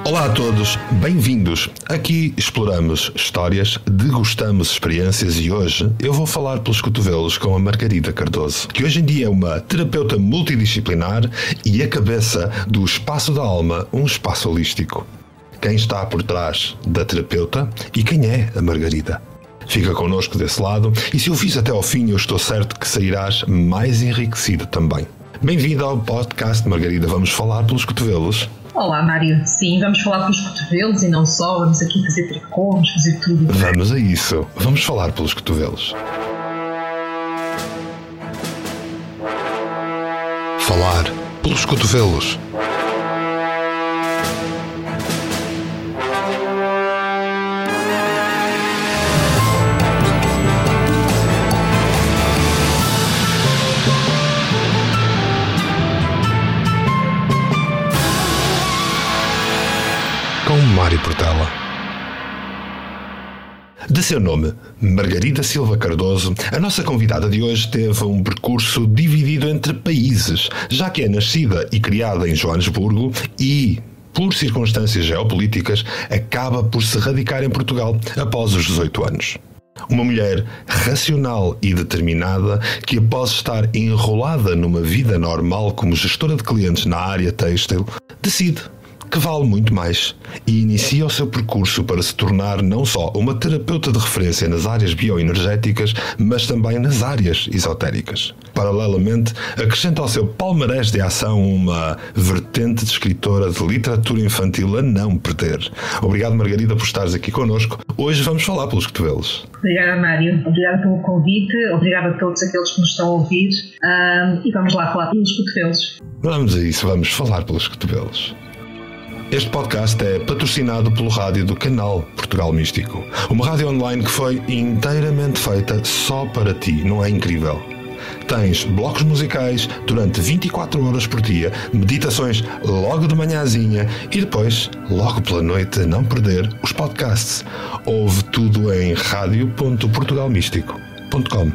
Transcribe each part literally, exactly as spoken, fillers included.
Olá a todos, bem-vindos. Aqui exploramos histórias, degustamos experiências e hoje eu vou falar pelos cotovelos com a Margarida Cardoso, que hoje em dia é uma terapeuta multidisciplinar e a cabeça do Espaço da Alma, um espaço holístico. Quem está por trás da terapeuta e quem é a Margarida? Fica connosco desse lado e se o fiz até ao fim eu estou certo que sairás mais enriquecido também. Bem-vinda ao podcast, Margarida. Vamos falar pelos cotovelos? Olá, Mário. Sim, vamos falar pelos cotovelos e não só. Vamos aqui fazer tricô, vamos fazer tudo. Vamos a isso. Vamos falar pelos cotovelos. Falar pelos cotovelos. Com Mário Portela. De seu nome, Margarida Silva Cardoso, a nossa convidada de hoje teve um percurso dividido entre países, já que é nascida e criada em Joanesburgo e, por circunstâncias geopolíticas, acaba por se radicar em Portugal após os dezoito anos. Uma mulher racional e determinada que, após estar enrolada numa vida normal como gestora de clientes na área têxtil, decide que vale muito mais e inicia o seu percurso para se tornar não só uma terapeuta de referência nas áreas bioenergéticas, mas também nas áreas esotéricas. Paralelamente, acrescenta ao seu palmarés de ação uma vertente de escritora de literatura infantil a não perder. Obrigado, Margarida, por estares aqui connosco. Hoje vamos falar pelos cotovelos. Obrigada, Mário. Obrigada pelo convite. Obrigada a todos aqueles que nos estão a ouvir. Um, e vamos lá falar pelos cotovelos. Vamos a isso, vamos falar pelos cotovelos. Este podcast é patrocinado pelo rádio do canal Portugal Místico, uma rádio online que foi inteiramente feita só para ti, não é incrível? Tens blocos musicais durante vinte e quatro horas por dia, meditações logo de manhãzinha e depois, logo pela noite, a não perder, os podcasts. Ouve tudo em rádio ponto portugal místico ponto com.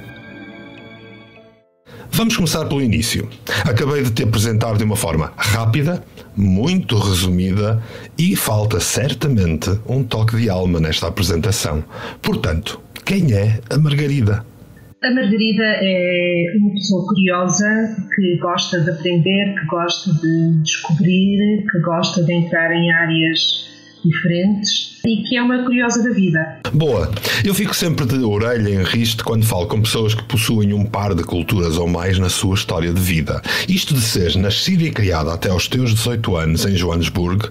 Vamos começar pelo início. Acabei de te apresentar de uma forma rápida, muito resumida e falta certamente um toque de alma nesta apresentação. Portanto, quem é a Margarida? A Margarida é uma pessoa curiosa, que gosta de aprender, que gosta de descobrir, que gosta de entrar em áreas diferentes e que é uma curiosa da vida. Boa! Eu fico sempre de orelha em riste quando falo com pessoas que possuem um par de culturas ou mais na sua história de vida. Isto de seres nascida e criada até aos teus dezoito anos em Joanesburgo,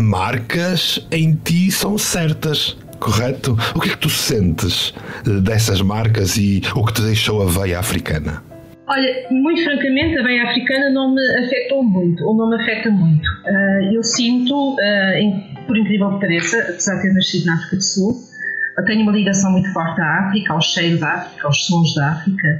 marcas em ti são certas, correto? O que é que tu sentes dessas marcas e o que te deixou a veia africana? Olha, muito francamente, a veia africana não me afetou muito, ou não me afeta muito. Eu sinto, por incrível que pareça, apesar de ter nascido na África do Sul, eu tenho uma ligação muito forte à África, ao cheiro da África, aos sons da África,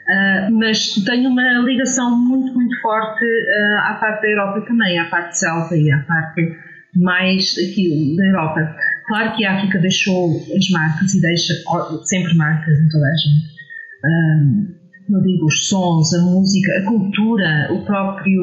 mas tenho uma ligação muito, muito forte à parte da Europa também, à parte celta e à parte mais aqui da Europa. Claro que a África deixou as marcas e deixa sempre marcas em toda a gente. Eu digo, os sons, a música, a cultura, o próprio,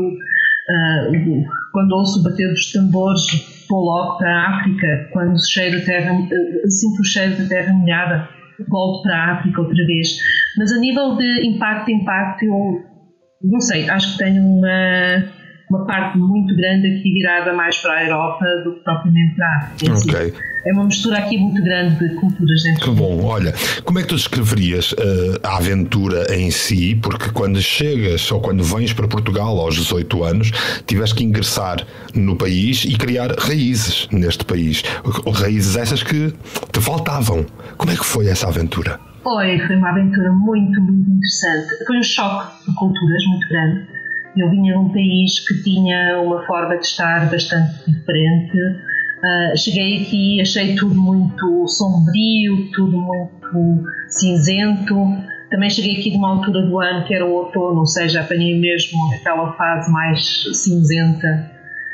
uh, quando ouço o bater dos tambores, vou logo para a África, quando cheiro a terra, uh, sinto o cheiro da terra molhada, volto para a África outra vez. Mas a nível de impacto, impacto, eu não sei, acho que tenho uma, uma parte muito grande aqui virada mais para a Europa do que propriamente para a África. Ok. É uma mistura aqui muito grande de culturas dentro. Que bom, olha, como é que tu descreverias uh, a aventura em si? Porque quando chegas ou quando vens para Portugal aos dezoito anos, tiveste que ingressar no país e criar raízes neste país. Raízes essas que te faltavam. Como é que foi essa aventura? Foi, foi uma aventura muito, muito interessante. Foi um choque de culturas muito grande. Eu vinha de um país que tinha uma forma de estar bastante diferente. Uh, cheguei aqui, achei tudo muito sombrio, tudo muito cinzento. Também cheguei aqui de uma altura do ano que era o outono, ou seja, apanhei mesmo aquela fase mais cinzenta.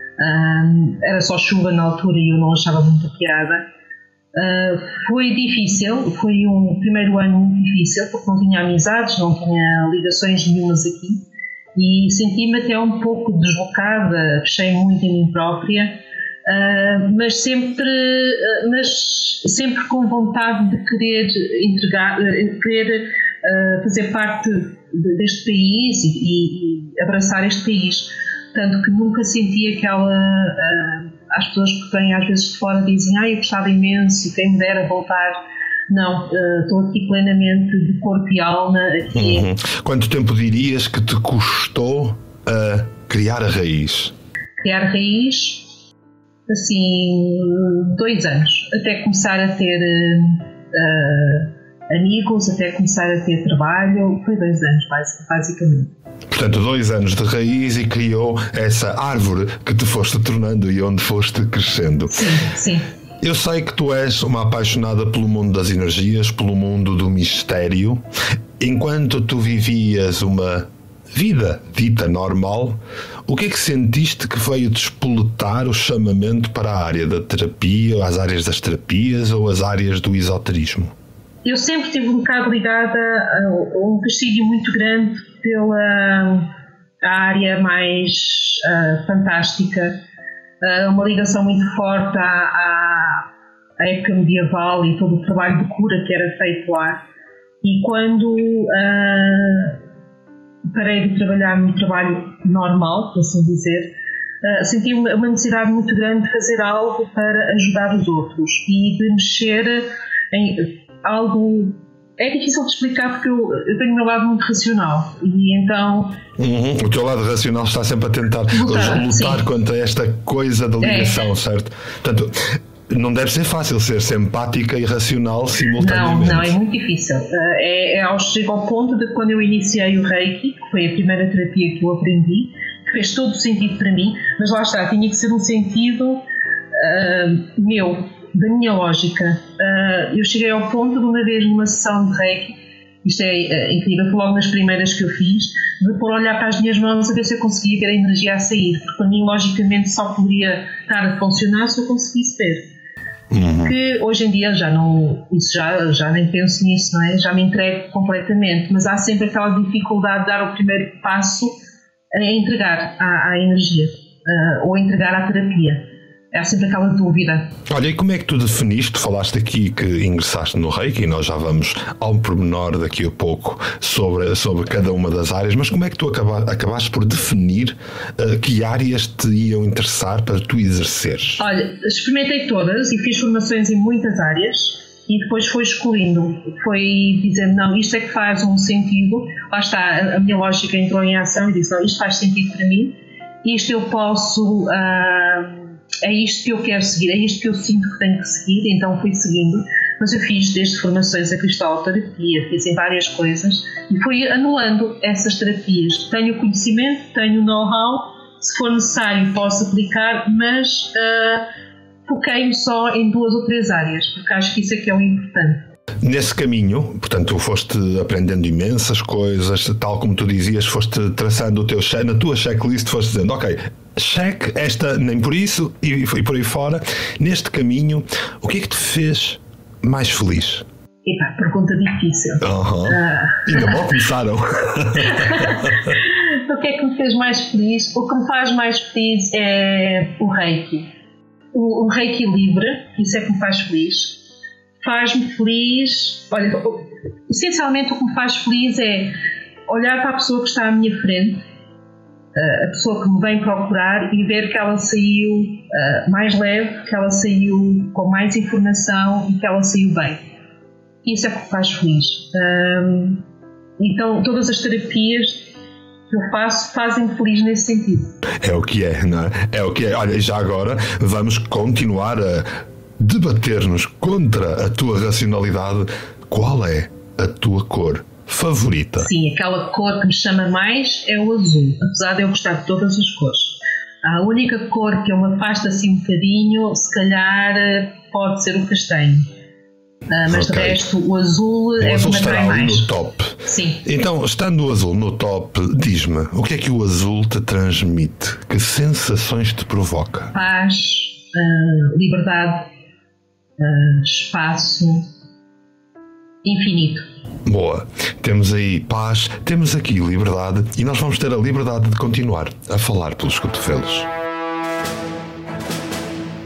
Uh, era só chuva na altura e eu não achava muita piada. Uh, foi difícil, foi um primeiro ano muito difícil, porque não tinha amizades, não tinha ligações nenhumas aqui. E senti-me até um pouco deslocada, fechei muito em mim própria. uh, mas, sempre, uh, mas sempre com vontade de querer entregar, uh, querer uh, fazer parte de, deste país e, e abraçar este país. Tanto que nunca senti aquela... Uh, as pessoas que vêm às vezes de fora dizem ah, eu gostava imenso, quem me dera voltar. Não, uh, estou aqui plenamente de corpo e alma. Aqui. Uhum. Quanto tempo dirias que te custou a criar a raiz? Criar a raiz, assim, dois anos. Até começar a ter uh, amigos, até começar a ter trabalho. Foi dois anos, basicamente. Portanto, dois anos de raiz e criou essa árvore que te foste tornando e onde foste crescendo. Sim, sim. Eu sei que tu és uma apaixonada pelo mundo das energias, pelo mundo do mistério. Enquanto tu vivias uma vida dita normal, o que é que sentiste que veio despoletar o chamamento para a área da terapia, as áreas das terapias ou as áreas do esoterismo? Eu sempre estive um bocado ligada a um fascínio muito grande pela área mais uh, fantástica, uh, uma ligação muito forte à, à, à época medieval e todo o trabalho de cura que era feito lá. E quando uh, parei de trabalhar no trabalho normal, por assim dizer, uh, senti uma, uma necessidade muito grande de fazer algo para ajudar os outros e de mexer em algo. É difícil de explicar porque eu, eu tenho o meu lado muito racional e então... Uhum. O teu lado racional está sempre a tentar lutar, lutar contra esta coisa da ligação, é. Certo? Portanto, não deve ser fácil ser simpática e racional simultaneamente. Não, não, é muito difícil. É, é ao, chego ao ponto de quando eu iniciei o Reiki, que foi a primeira terapia que eu aprendi, que fez todo o sentido para mim, mas lá está, tinha que ser um sentido uh, meu, da minha lógica. Uh, eu cheguei ao ponto de uma vez numa sessão de Reiki, isto é uh, incrível, foi logo nas primeiras que eu fiz, de pôr a olhar para as minhas mãos a ver se eu conseguia ver a energia a sair, porque para mim logicamente só poderia estar a funcionar se eu conseguisse ver. Uhum. Que hoje em dia já não, isso já, já nem penso nisso, não é? Já me entrego completamente, mas há sempre aquela dificuldade de dar o primeiro passo a entregar à, à energia uh, ou a entregar à terapia. Há sempre aquela dúvida. Olha, e como é que tu definiste, falaste aqui que ingressaste no Reiki e nós já vamos ao pormenor daqui a pouco sobre, sobre cada uma das áreas, mas como é que tu acaba, acabaste por definir uh, que áreas te iam interessar para tu exerceres? Olha, experimentei todas e fiz formações em muitas áreas e depois foi escolhendo, foi dizendo, não, isto é que faz um sentido, lá está, a minha lógica entrou em ação e disse, não, isto faz sentido para mim, isto eu posso... Uh, é isto que eu quero seguir, é isto que eu sinto que tenho que seguir, então fui seguindo, mas eu fiz desde formações a cristaloterapia, fiz em várias coisas e fui anulando essas terapias. Tenho conhecimento, tenho know-how, se for necessário posso aplicar, mas uh, foquei-me só em duas ou três áreas, porque acho que isso é que é o importante. Nesse caminho, portanto, tu foste aprendendo imensas coisas, tal como tu dizias, foste traçando o teu check, na tua checklist foste dizendo, ok, check, esta nem por isso e, e por aí fora. Neste caminho, o que é que te fez mais feliz? Epa, pergunta difícil. Uhum. Uh... Ainda mal começaram. O que é que me fez mais feliz? O que me faz mais feliz é o Reiki. O, o Reiki livre, isso é que me faz feliz. Faz-me feliz, olha, essencialmente o que me faz feliz é olhar para a pessoa que está à minha frente, a pessoa que me vem procurar e ver que ela saiu uh, mais leve, que ela saiu com mais informação e que ela saiu bem. Isso é o que me faz feliz. Um, então, todas as terapias que eu faço fazem-me feliz nesse sentido. É o que é, não é? É o que é. Olha, já agora vamos continuar a debater-nos contra a tua racionalidade. Qual é a tua cor favorita? Sim, aquela cor que me chama mais é o azul, apesar de eu gostar de todas as cores. A única cor que eu me afasto assim um bocadinho, se calhar pode ser o castanho. Uh, mas okay. De resto, o azul o é o que me atrai mais. No top. Sim. Então, estando o azul no top, diz-me, o que é que o azul te transmite? Que sensações te provoca? Paz, uh, liberdade, uh, espaço, infinito. Boa. Temos aí paz, temos aqui liberdade e nós vamos ter a liberdade de continuar a falar pelos cotovelos.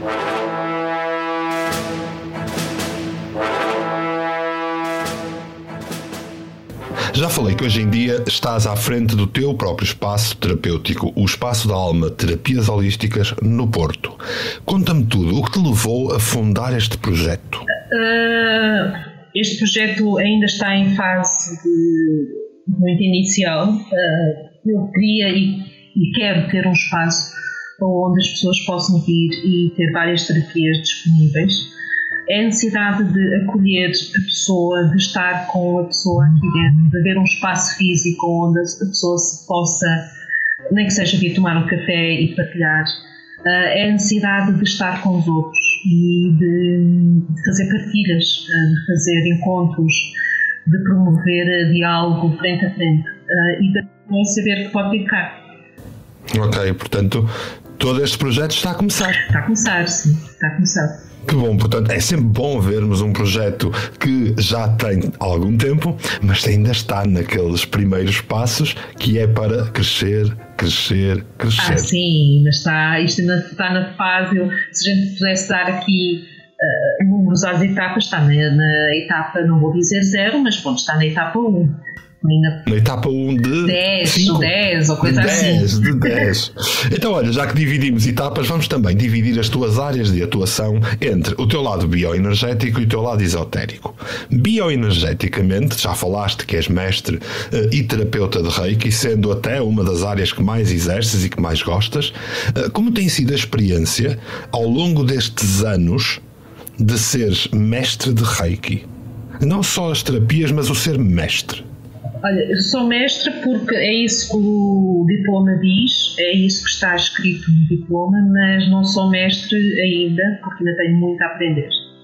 Já falei que hoje em dia estás à frente do teu próprio espaço terapêutico, o Espaço da Alma Terapias Holísticas, no Porto. Conta-me tudo, o que te levou a fundar este projeto? Uh, este projeto ainda está em fase de, muito inicial. Uh, eu queria e, e quero ter um espaço onde as pessoas possam vir e ter várias terapias disponíveis. É a necessidade de acolher a pessoa, de estar com a pessoa aqui dentro, de haver um espaço físico onde a pessoa se possa, nem que seja vir tomar um café e partilhar. É a necessidade de estar com os outros e de, de fazer partilhas, de fazer encontros, de promover diálogo frente a frente e de saber que pode vir cá. Ok, portanto, todo este projeto está a começar. Está a começar, sim, está a começar. Que bom, portanto, é sempre bom vermos um projeto que já tem algum tempo, mas ainda está naqueles primeiros passos, que é para crescer, crescer, crescer. Ah, sim, ainda está, isto ainda está na fase, eu, se a gente pudesse dar aqui uh, números às etapas, está na, na etapa, não vou dizer zero, mas pronto, está na etapa um. Na etapa um de dez, dez ou coisa dez, assim. De dez. Então, olha, já que dividimos etapas, vamos também dividir as tuas áreas de atuação entre o teu lado bioenergético e o teu lado esotérico. Bioenergeticamente, já falaste que és mestre uh, e terapeuta de Reiki, sendo até uma das áreas que mais exerces e que mais gostas. Uh, como tem sido a experiência ao longo destes anos de seres mestre de Reiki? Não só as terapias, mas o ser mestre. Olha, eu sou mestre porque é isso que o diploma diz, é isso que está escrito no diploma, mas não sou mestre ainda, porque ainda tenho muito a aprender.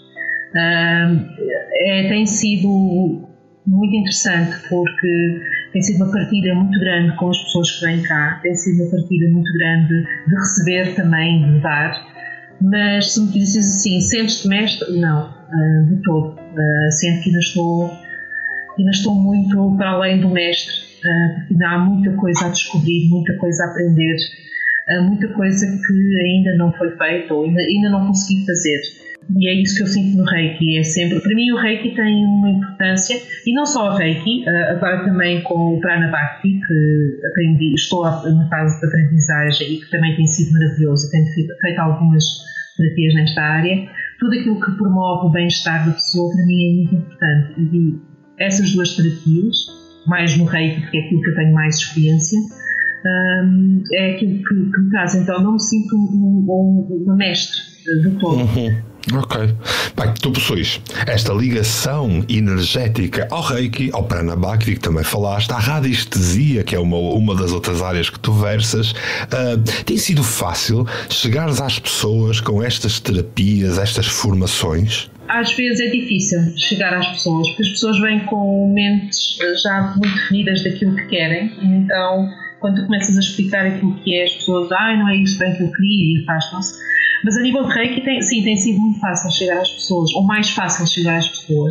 Uh, é, tem sido muito interessante porque tem sido uma partilha muito grande com as pessoas que vêm cá, tem sido uma partilha muito grande de receber também, de dar, mas se me dizes assim, sentes-te mestre? Não, uh, de todo. Uh, sinto que ainda estou... ainda estou muito para além do mestre, porque ainda há muita coisa a descobrir, muita coisa a aprender, muita coisa que ainda não foi feita ou ainda, ainda não consegui fazer. E é isso que eu sinto no Reiki, é sempre, para mim o Reiki tem uma importância, e não só o Reiki, agora também com o Prana Bhakti, que aprendi, estou na fase de aprendizagem e que também tem sido maravilhoso, tenho feito algumas terapias nesta área, tudo aquilo que promove o bem-estar da pessoa para mim é muito importante. E essas duas terapias, mais no Reiki, porque é aquilo que eu tenho mais experiência, um, é aquilo que, que me traz. Então não me sinto um, um, um mestre de todo. Uhum. Ok. Bem, tu possuis esta ligação energética ao Reiki, ao Prana Bhakti, que também falaste, à radiestesia, que é uma, uma das outras áreas que tu versas. Uh, tem sido fácil chegares às pessoas com estas terapias, estas formações? Às vezes é difícil chegar às pessoas, porque as pessoas vêm com mentes já muito definidas daquilo que querem, então quando tu começas a explicar aquilo que é, as pessoas, ah, não é isto bem que eu queria, e afastam-se. Mas a nível de Reiki, tem, sim, tem sido muito fácil chegar às pessoas, ou mais fácil chegar às pessoas,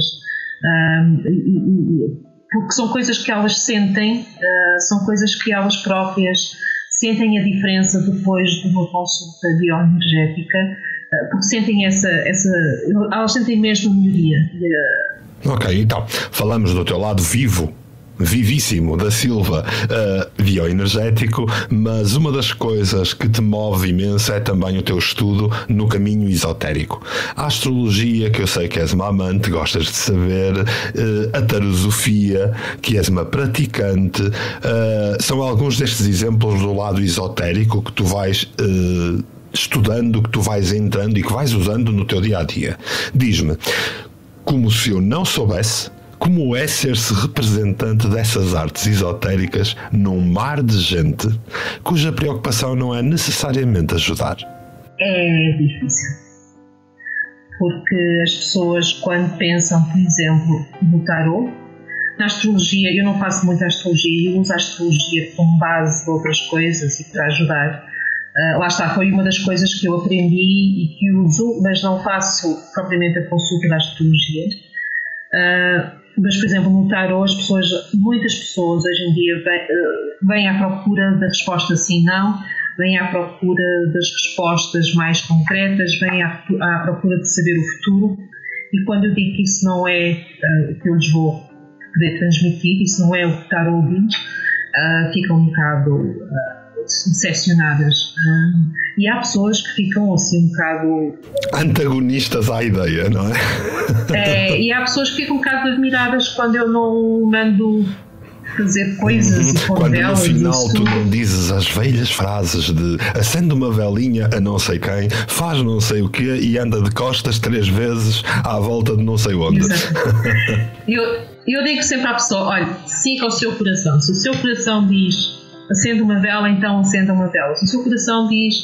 um, porque são coisas que elas sentem, uh, são coisas que elas próprias sentem a diferença depois de uma consulta bioenergética, porque sentem essa, essa, elas sentem mesmo melhoria. Ok, então, falamos do teu lado vivo, vivíssimo da Silva, uh, bioenergético, mas uma das coisas que te move imenso é também o teu estudo no caminho esotérico. A astrologia, que eu sei que és uma amante, gostas de saber, uh, a tarosofia, que és uma praticante, uh, são alguns destes exemplos do lado esotérico que tu vais... Uh, estudando, que tu vais entrando e que vais usando no teu dia-a-dia. Diz-me, como se eu não soubesse, como é ser-se representante dessas artes esotéricas num mar de gente cuja preocupação não é necessariamente ajudar? É difícil. Porque as pessoas, quando pensam, por exemplo, no tarot, na astrologia, eu não faço muita astrologia, eu uso a astrologia como base de outras coisas e para ajudar. Uh, lá está, foi uma das coisas que eu aprendi e que uso, mas não faço propriamente a consulta da astrologia. Uh, mas, por exemplo, no tarot, as pessoas, muitas pessoas hoje em dia vêm, uh, vêm à procura da resposta sim, não, vêm à procura das respostas mais concretas, vêm à, à procura de saber o futuro. E quando eu digo que isso não é uh, o que eu lhes vou poder transmitir, isso não é o que o tarot diz, uh, ficam um bocado uh, decepcionadas. Uh, e há pessoas que ficam assim um bocado antagonistas à ideia, não é? é e há pessoas que ficam um bocado admiradas quando eu não mando fazer coisas uhum. e com quando velas, no final isso... tu não dizes as velhas frases de acende uma velinha a não sei quem, faz não sei o quê e anda de costas três vezes à volta de não sei onde. eu, eu digo sempre à pessoa, olha, siga o seu coração. Se o seu coração diz acende uma vela, então acenda uma vela. Se o seu coração diz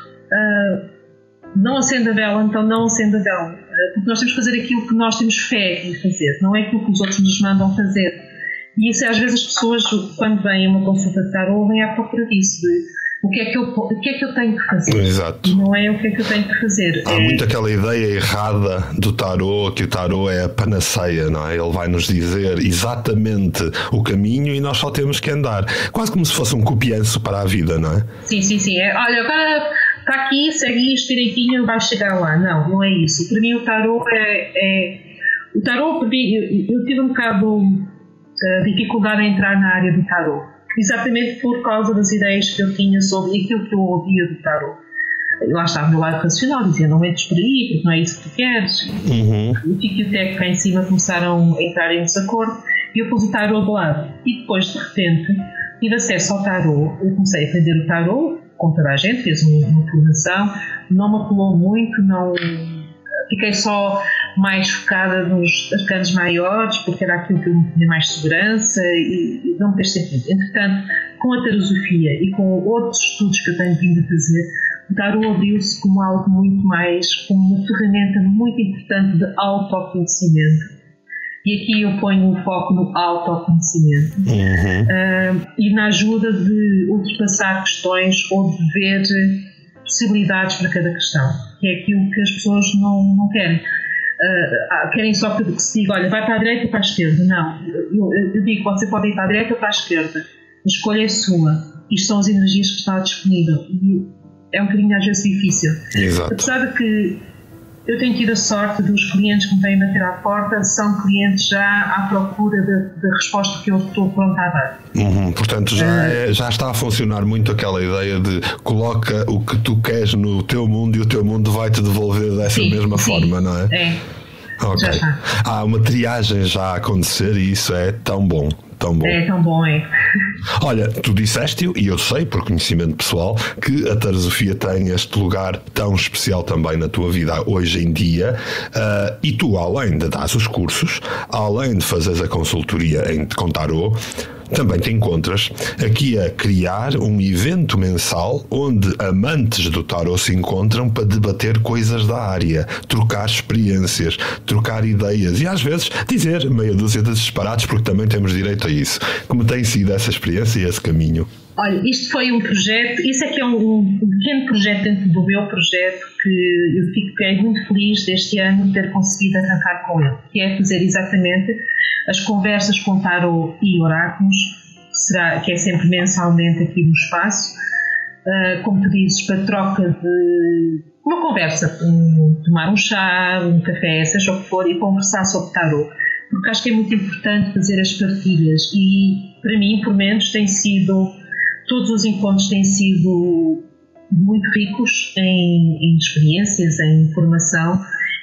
uh, não acenda a vela, então não acenda a vela. Uh, porque nós temos que fazer aquilo que nós temos fé em fazer, não é aquilo que os outros nos mandam fazer. E isso, às vezes, as pessoas, quando vêm a uma consulta de tarot, vêm à procura disso, de o que, é que eu, o que é que eu tenho que fazer. Exato. Não é o que é que eu tenho que fazer. Há é... muito aquela ideia errada do tarot, que o tarot é a panaceia, não é? Ele vai nos dizer exatamente o caminho e nós só temos que andar. Quase como se fosse um copianço para a vida, não é? Sim, sim, sim. É, olha, agora está aqui, segue isto direitinho, vai chegar lá. Não, não é isso. Para mim o tarot é... é... O tarot, para mim, eu, eu tive um bocado... dificuldade em entrar na área do tarot, exatamente por causa das ideias que eu tinha sobre aquilo que eu ouvia do tarot. Lá estava o meu lado racional, dizia não entres por aí, porque não é isso que tu queres. Uhum. O Tico e o Teco cá em cima começaram a entrar em desacordo e eu pus o tarot de lado. E depois, de repente, tive acesso ao tarot. Eu comecei a aprender o tarot, com toda a gente, fiz uma formação, não me apelou muito, não... Fiquei só mais focada nos arcanos maiores, porque era aquilo que eu tinha mais segurança e, e não me fez sentido. Entretanto, com a tarosofia e com outros estudos que eu tenho vindo a fazer, o tarot abriu-se como algo muito mais, como uma ferramenta muito importante de autoconhecimento. E aqui eu ponho o foco no autoconhecimento. Uhum. Uh, e na ajuda de ultrapassar questões ou de ver possibilidades para cada questão, que é aquilo que as pessoas não, não querem. Uh, querem só que se diga, olha, vai para a direita ou para a esquerda. Não, eu, eu digo, você pode ir para a direita ou para a esquerda. A escolha é sua. Isto são as energias que estão disponíveis. E é um bocadinho às vezes difícil. Exato. Apesar de que eu tenho tido a sorte dos clientes que me vêm bater à porta, são clientes já à procura da resposta que eu estou pronta a dar. Uhum, portanto, já, é, já está a funcionar muito aquela ideia de coloca o que tu queres no teu mundo e o teu mundo vai-te devolver dessa sim, mesma sim, forma, não é? É. Okay. Já está. Há uma triagem já a acontecer e isso é tão bom. Tão bom. É tão bom, é. Olha, tu disseste-o, e eu sei por conhecimento pessoal, que a tarosofia tem este lugar tão especial também na tua vida hoje em dia, uh, e tu, além de dar os cursos, além de fazeres a consultoria em, com tarot, também te encontras aqui a criar um evento mensal onde amantes do tarot se encontram para debater coisas da área, trocar experiências, trocar ideias e às vezes dizer meia dúzia de disparates, porque também temos direito a isso. Como tem sido essa experiência e esse caminho? Olha, isto foi um projeto, isso é que é um, um pequeno projeto dentro do meu projeto que eu fiquei muito feliz deste ano de ter conseguido arrancar com ele, que é fazer exatamente as conversas com tarot e oráculos, que, será, que é sempre mensalmente aqui no espaço, uh, como tu dizes, para troca de uma conversa, um, tomar um chá, um café, seja o que for, e conversar sobre tarot, porque acho que é muito importante fazer as partilhas e, para mim, por menos, tem sido, todos os encontros têm sido muito ricos em, em experiências, em informação.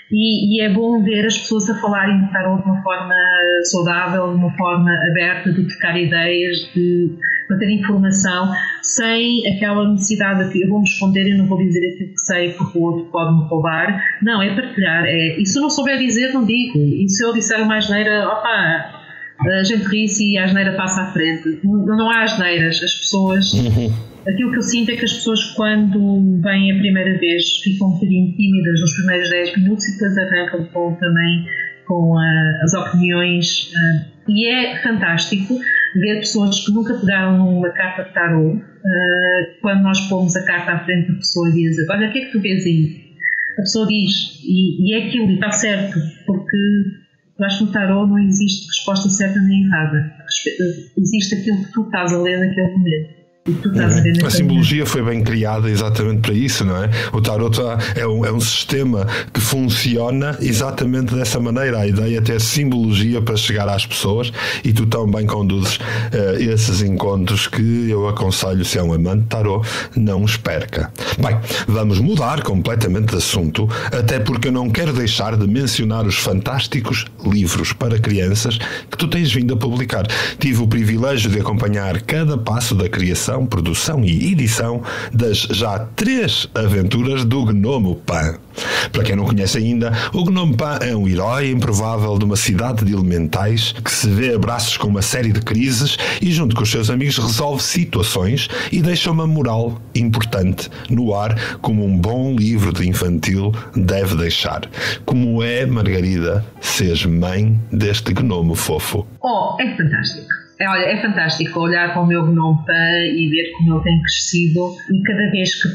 E, e é bom ver as pessoas a falarem de tarot de uma forma saudável, de uma forma aberta, de trocar ideias, de bater informação, sem aquela necessidade de que eu vou me esconder e não vou dizer aquilo que sei porque o outro pode me roubar. Não, é partilhar. É, e se eu não souber dizer, não digo. E se eu disser uma asneira, opa, a gente ri-se e a asneira passa à frente. Não, não há asneiras. As pessoas... Uhum. Aquilo que eu sinto é que as pessoas, quando vêm a primeira vez, ficam um bocadinho tímidas nos primeiros dez minutos e depois arrancam com, também com uh, as opiniões. Uh, e é fantástico ver pessoas que nunca pegaram numa carta de tarot, uh, quando nós pomos a carta à frente da pessoa e diz, olha, o que é que tu vês aí? A pessoa diz, e, e é aquilo, e está certo, porque eu acho que no tarot não existe resposta certa nem errada. Existe aquilo que tu estás a ler naquele momento. E tu estás a ver na A simbologia foi bem criada exatamente para isso, não é? O tarot é um, é um sistema que funciona exatamente dessa maneira. A ideia é ter simbologia para chegar às pessoas, e tu também conduzes uh, esses encontros que eu aconselho, se é um amante de tarot, não os perca. Bem, vamos mudar completamente de assunto, até porque eu não quero deixar de mencionar os fantásticos livros para crianças que tu tens vindo a publicar. Tive o privilégio de acompanhar cada passo da criação, produção e edição das já três aventuras do Gnomo Pan. Para quem não conhece ainda, o Gnomo Pan é um herói improvável de uma cidade de elementais que se vê a braços com uma série de crises e, junto com os seus amigos, resolve situações e deixa uma moral importante no ar, como um bom livro de infantil deve deixar. Como é, Margarida, seres mãe deste gnomo fofo? Oh, é fantástico. É, olha, é fantástico olhar para o meu Gnomo Pan e ver como ele tem crescido, e cada vez que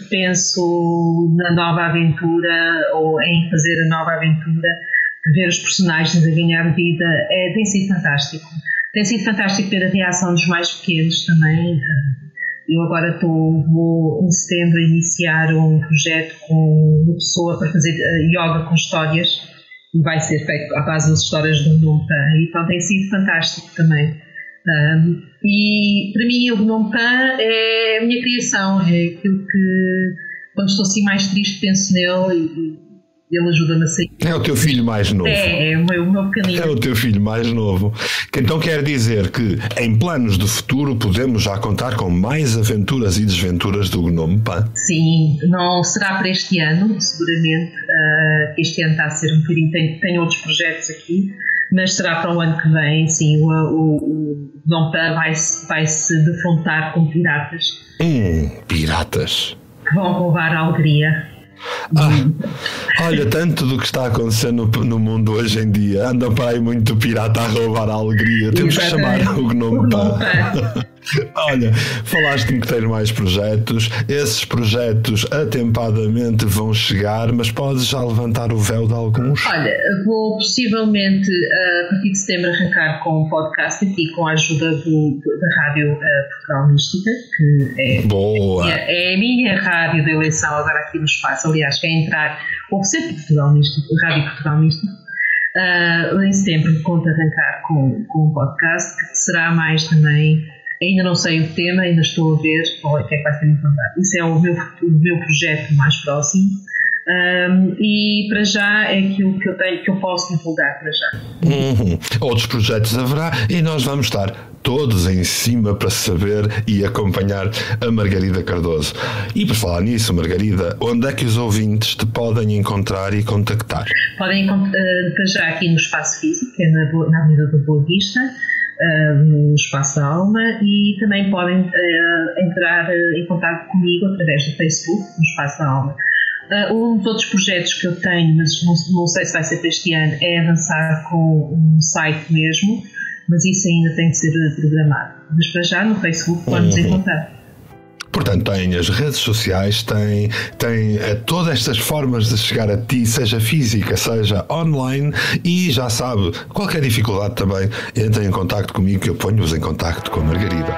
penso na nova aventura ou em fazer a nova aventura, ver os personagens a ganhar vida, é, tem sido fantástico. Tem sido fantástico ver a reação dos mais pequenos também. Eu agora estou, vou em setembro iniciar um projeto com uma pessoa para fazer yoga com histórias, e vai ser feito à base das histórias do Gnomo Pan, então tem sido fantástico também. Um, e para mim o Gnomo Pan é a minha criação, é aquilo que quando estou assim mais triste penso nele e ele ajuda-me a sair. É o teu filho mais novo. É, é o meu, o meu pequenino. É o teu filho mais novo. Que então quer dizer que em planos de futuro podemos já contar com mais aventuras e desventuras do Gnomo Pan? Sim, não será para este ano, seguramente. Uh, este ano está a ser um bocadinho, tem, tem outros projetos aqui, mas será para o ano que vem. Sim, o, o, o Gnomo Pan vai, vai se defrontar com piratas. Hum, piratas. Que vão roubar a alegria. Ah, olha, tanto do que está acontecendo no, no mundo hoje em dia, anda para aí muito pirata a roubar a alegria. Temos que chamar o Gnomo Pan. Olha, falaste-me que tens mais projetos. Esses projetos atempadamente vão chegar, mas podes já levantar o véu de alguns? Olha, vou possivelmente a partir de setembro arrancar com um podcast aqui com a ajuda do, da Rádio uh, Portugal Mística, que é, Boa. É, é a minha rádio de eleição agora aqui no espaço. Aliás, quer entrar, ou sempre Portugal Mística, Rádio Portugal Mística. Uh, em setembro conto arrancar com, com um podcast que será mais também. Ainda não sei o tema, ainda estou a ver o que é que vai ser encontrado. Isso é o meu, o meu projeto mais próximo, um, e para já é aquilo que eu tenho, que eu posso divulgar para já. Uhum. Outros projetos haverá e nós vamos estar todos em cima para saber e acompanhar a Margarida Cardoso. E por falar nisso, Margarida, onde é que os ouvintes te podem encontrar e contactar? Podem encontrar uh, já aqui no espaço físico, que é na, na Avenida da Boa Vista, Uh, no Espaço da Alma, e também podem uh, entrar uh, em contato comigo através do Facebook, no Espaço da Alma. Uh, um dos outros projetos que eu tenho, mas não, não sei se vai ser para este ano, é avançar com um site mesmo, mas isso ainda tem que ser programado. Mas para já no Facebook podemos uhum. encontrar. Portanto, tem as redes sociais, tem, tem todas estas formas de chegar a ti, seja física, seja online, e já sabe, qualquer dificuldade também, entre em contacto comigo, que eu ponho-vos em contacto com a Margarida.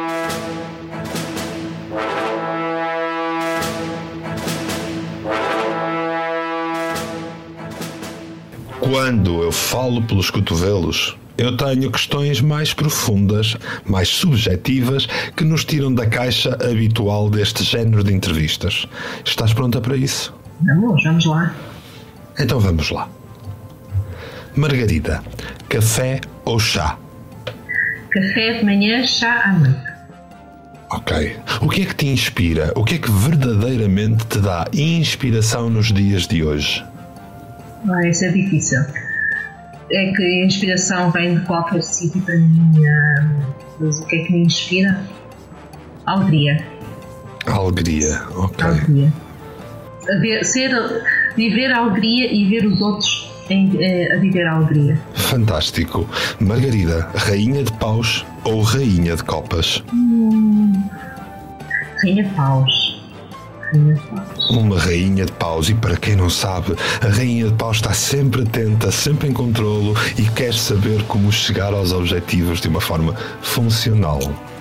Quando eu falo pelos cotovelos, eu tenho questões mais profundas, mais subjetivas, que nos tiram da caixa habitual deste género de entrevistas. Estás pronta para isso? Vamos, vamos lá. Então vamos lá. Margarida, café ou chá? Café de manhã, chá à noite. Ok. O que é que te inspira? O que é que verdadeiramente te dá inspiração nos dias de hoje? Ah, isso é difícil. É que a inspiração vem de qualquer sítio para mim. Mas o que é que me inspira? Alegria. Alegria, ok. Alegria. Ver, ser, viver a alegria e ver os outros em, a viver a alegria. Fantástico. Margarida, rainha de paus ou rainha de copas? Hum, rainha de paus. Uma rainha de paus, e para quem não sabe, a rainha de paus está sempre atenta, sempre em controlo e quer saber como chegar aos objetivos de uma forma funcional.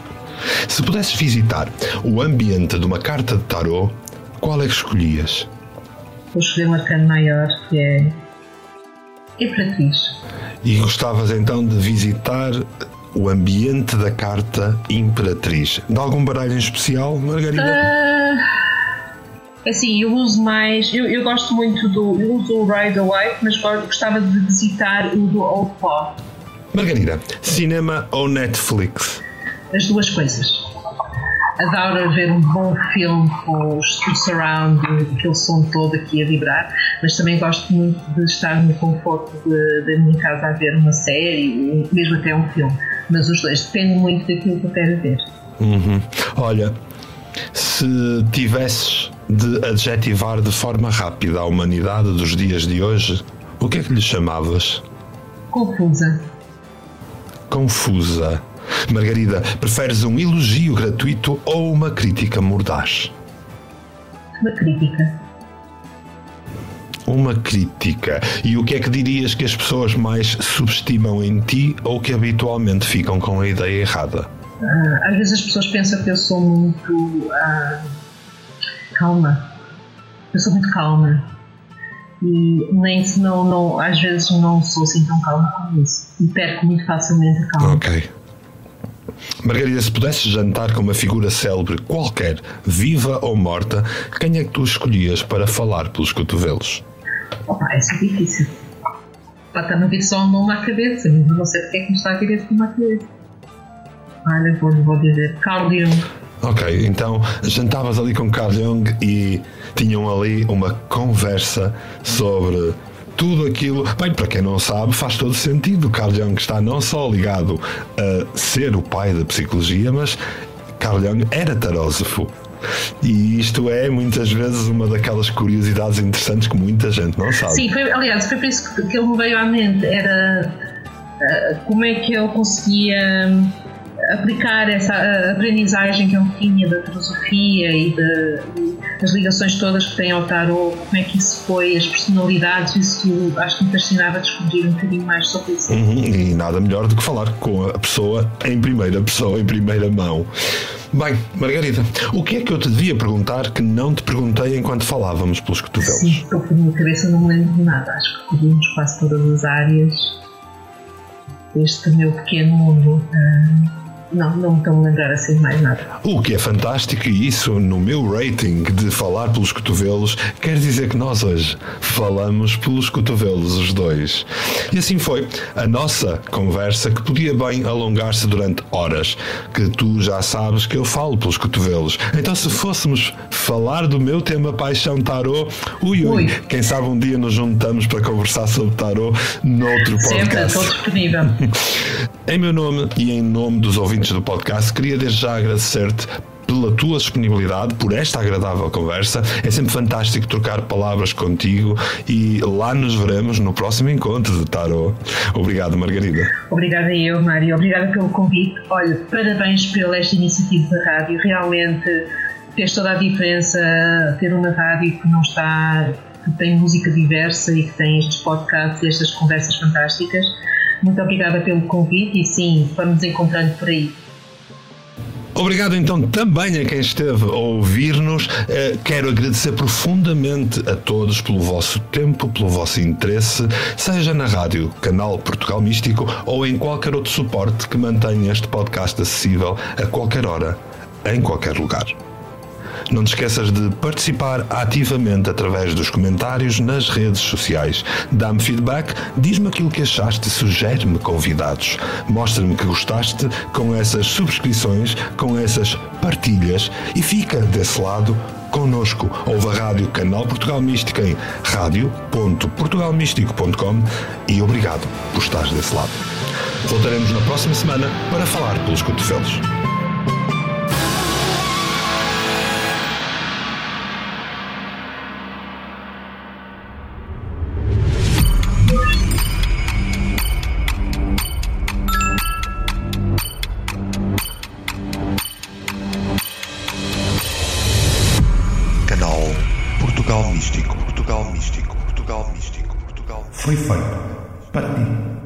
Se pudesses visitar o ambiente de uma carta de tarô, qual é que escolhias? Vou escolher um arcano maior, que é Imperatriz. E gostavas então de visitar o ambiente da carta Imperatriz. De algum baralho em especial, Margarida? Uh, assim, eu uso mais... Eu, eu gosto muito do... Eu uso o Rider White, mas gostava de visitar o do Old Paw. Margarida, cinema ou Netflix? As duas coisas. Adoro ver um bom filme com o surround, aquele som todo aqui a vibrar, mas também gosto muito de estar no conforto da minha casa a ver uma série, mesmo até um filme. Mas os dois, depende muito daquilo que eu quero ver. Uhum. Olha, se tivesses de adjetivar de forma rápida a humanidade dos dias de hoje, o que é que lhe chamavas? Confusa. Confusa. Margarida, preferes um elogio gratuito ou uma crítica mordaz? Uma crítica. Uma crítica. E o que é que dirias que as pessoas mais subestimam em ti ou que habitualmente ficam com a ideia errada? Ah, às vezes as pessoas pensam que eu sou muito ah, calma. Eu sou muito calma. E nem se não, não, às vezes não sou assim tão calma como isso. E perco muito facilmente a calma. Ok. Margarida, se pudesses jantar com uma figura célebre qualquer, viva ou morta, quem é que tu escolhias para falar pelos cotovelos? Opa, essa é difícil. Está-me a vir só um nome à cabeça, mas eu não sei porque é que me está a vir esse nome à cabeça. Olha, vou, vou dizer Carl Jung. Ok, então jantavas ali com Carl Jung e tinham ali uma conversa sobre tudo aquilo. Bem, para quem não sabe, faz todo sentido. Carl Jung está não só ligado a ser o pai da psicologia, mas Carl Jung era tarósofo. E isto é muitas vezes uma daquelas curiosidades interessantes que muita gente não sabe. Sim, foi, aliás, foi por isso que, que ele me veio à mente. Era uh, como é que ele conseguia aplicar essa aprendizagem que ele tinha da filosofia e de, das ligações todas que tem ao tarot, como é que isso foi, as personalidades, isso tudo. Acho que me fascinava descobrir um bocadinho mais sobre isso. Uhum, e nada melhor do que falar com a pessoa em primeira pessoa, em primeira mão. Bem, Margarida, o que é que eu te devia perguntar que não te perguntei enquanto falávamos pelos cotovelos? Sim, estou por minha cabeça, não me lembro de nada. Acho que cobrimos quase todas as áreas deste meu pequeno mundo. Ah, Não, não me estou a lembrar assim de mais nada. O que é fantástico, e isso no meu rating de falar pelos cotovelos quer dizer que nós hoje falamos pelos cotovelos os dois. E assim foi a nossa conversa, que podia bem alongar-se durante horas, que tu já sabes que eu falo pelos cotovelos. Então, se fôssemos falar do meu tema paixão tarô, ui, ui, ui. Quem sabe um dia nos juntamos para conversar sobre tarô noutro podcast. Sempre, estou disponível. Em meu nome e em nome dos ouvintes do podcast, queria desde já agradecer-te pela tua disponibilidade, por esta agradável conversa. É sempre fantástico trocar palavras contigo e lá nos veremos no próximo encontro de tarô. Obrigado, Margarida. Obrigada eu, Mário. Obrigada pelo convite. Olha, parabéns pela esta iniciativa da rádio. Realmente fez toda a diferença ter uma rádio que não está, que tem música diversa e que tem estes podcasts e estas conversas fantásticas. Muito obrigada pelo convite e sim, vamos nos encontrando por aí. Obrigado então também a quem esteve a ouvir-nos. Quero agradecer profundamente a todos pelo vosso tempo, pelo vosso interesse, seja na rádio, canal Portugal Místico ou em qualquer outro suporte que mantenha este podcast acessível a qualquer hora, em qualquer lugar. Não te esqueças de participar ativamente através dos comentários nas redes sociais. Dá-me feedback, diz-me aquilo que achaste, sugere-me convidados. Mostra-me que gostaste com essas subscrições, com essas partilhas e fica desse lado connosco. Ouve a rádio Canal Portugal Místico em rádio ponto portugal místico ponto com e obrigado por estares desse lado. Voltaremos na próxima semana para falar pelos cotovelos. Portugal Místico, Portugal Místico, Portugal Místico, Portugal. Foi feito para ti.